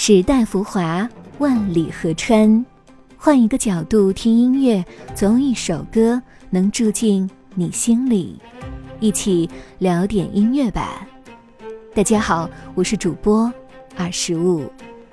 时代浮华，万里河川。换一个角度听音乐，总有一首歌能住进你心里。一起聊点音乐吧。大家好，我是主播25。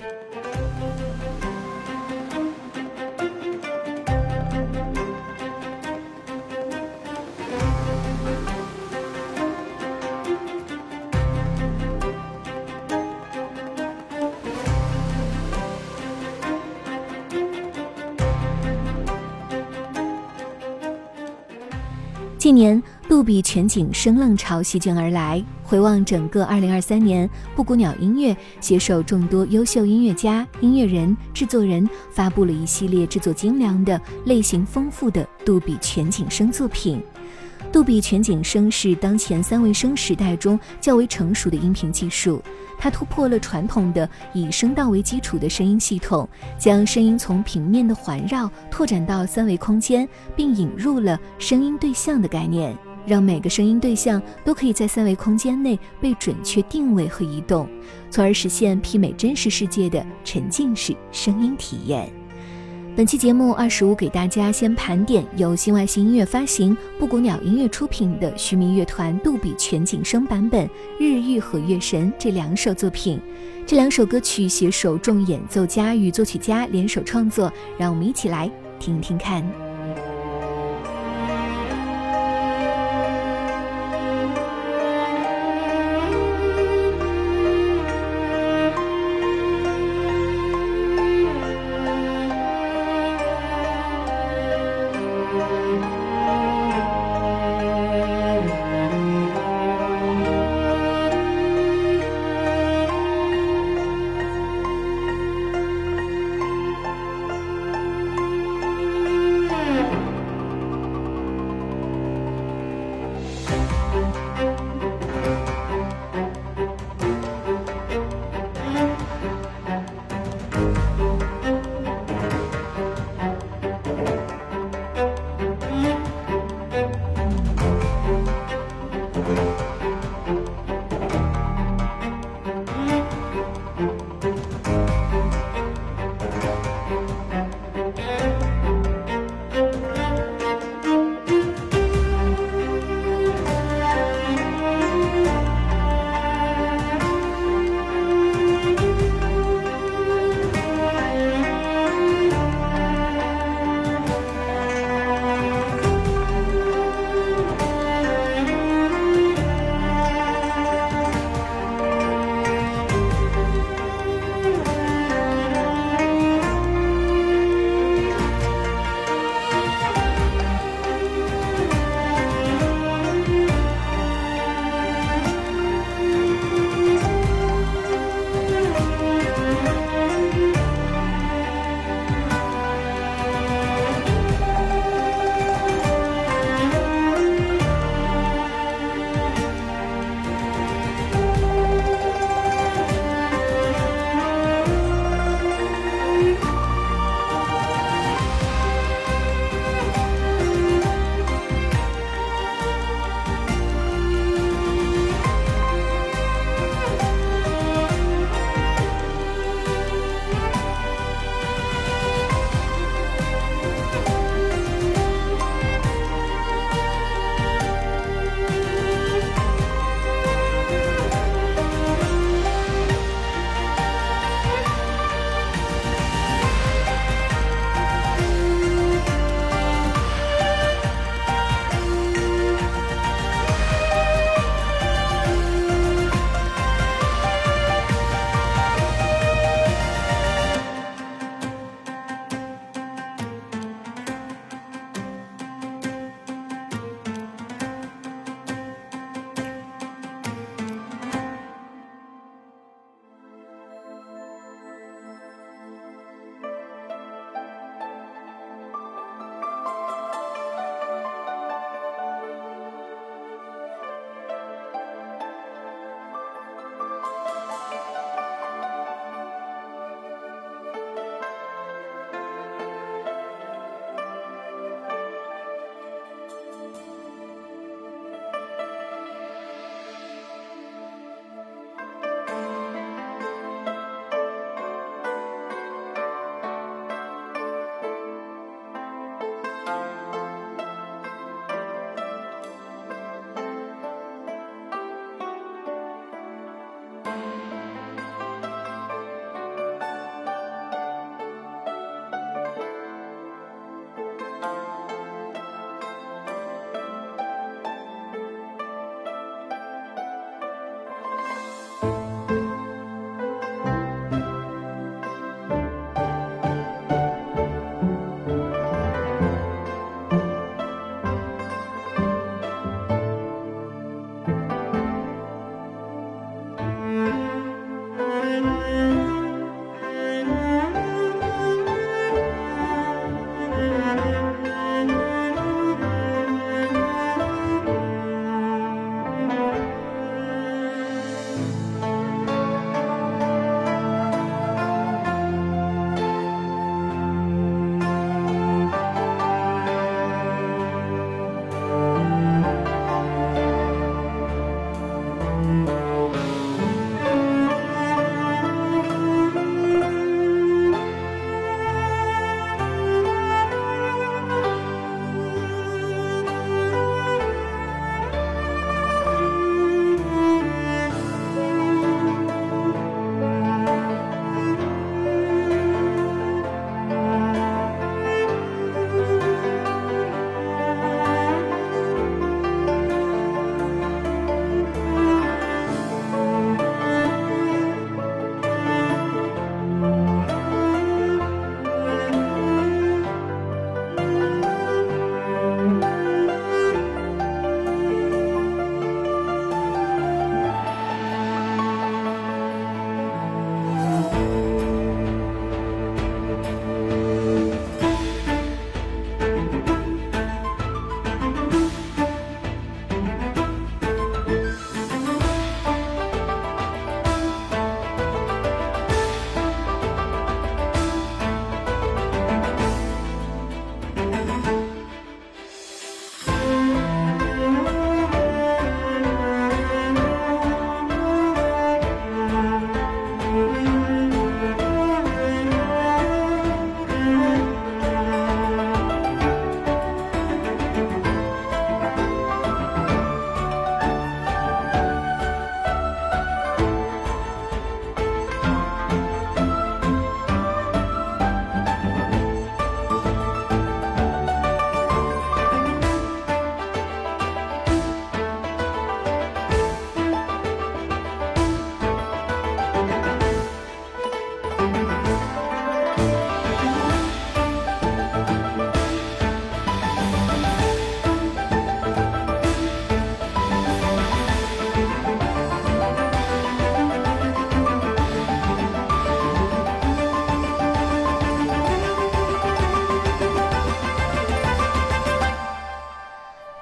近年杜比全景声浪潮席卷而来，回望整个2023年，布谷鸟音乐携手众多优秀音乐家、音乐人、制作人，发布了一系列制作精良的、类型丰富的杜比全景声作品。杜比全景声是当前三维声时代中较为成熟的音频技术，它突破了传统的以声道为基础的声音系统，将声音从平面的环绕拓展到三维空间，并引入了声音对象的概念，让每个声音对象都可以在三维空间内被准确定位和移动，从而实现媲美真实世界的沉浸式声音体验。本期节目25给大家先盘点由新外星音乐发行、布谷鸟音乐出品的须弥乐团杜比全景声版本《日欲》和《月神》这两首作品。这两首歌曲携手众演奏家与作曲家联手创作，让我们一起来听听看。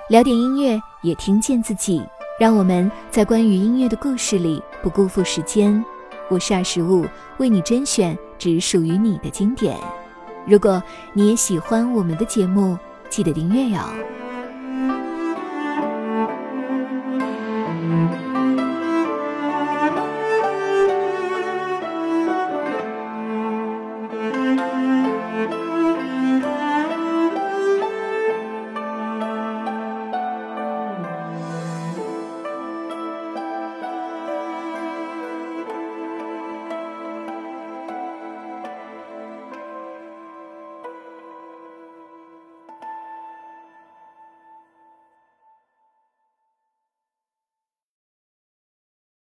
聊点音乐，也听见自己。让我们在关于音乐的故事里不辜负时间。我是25，为你甄选只属于你的经典。如果你也喜欢我们的节目，记得订阅哟。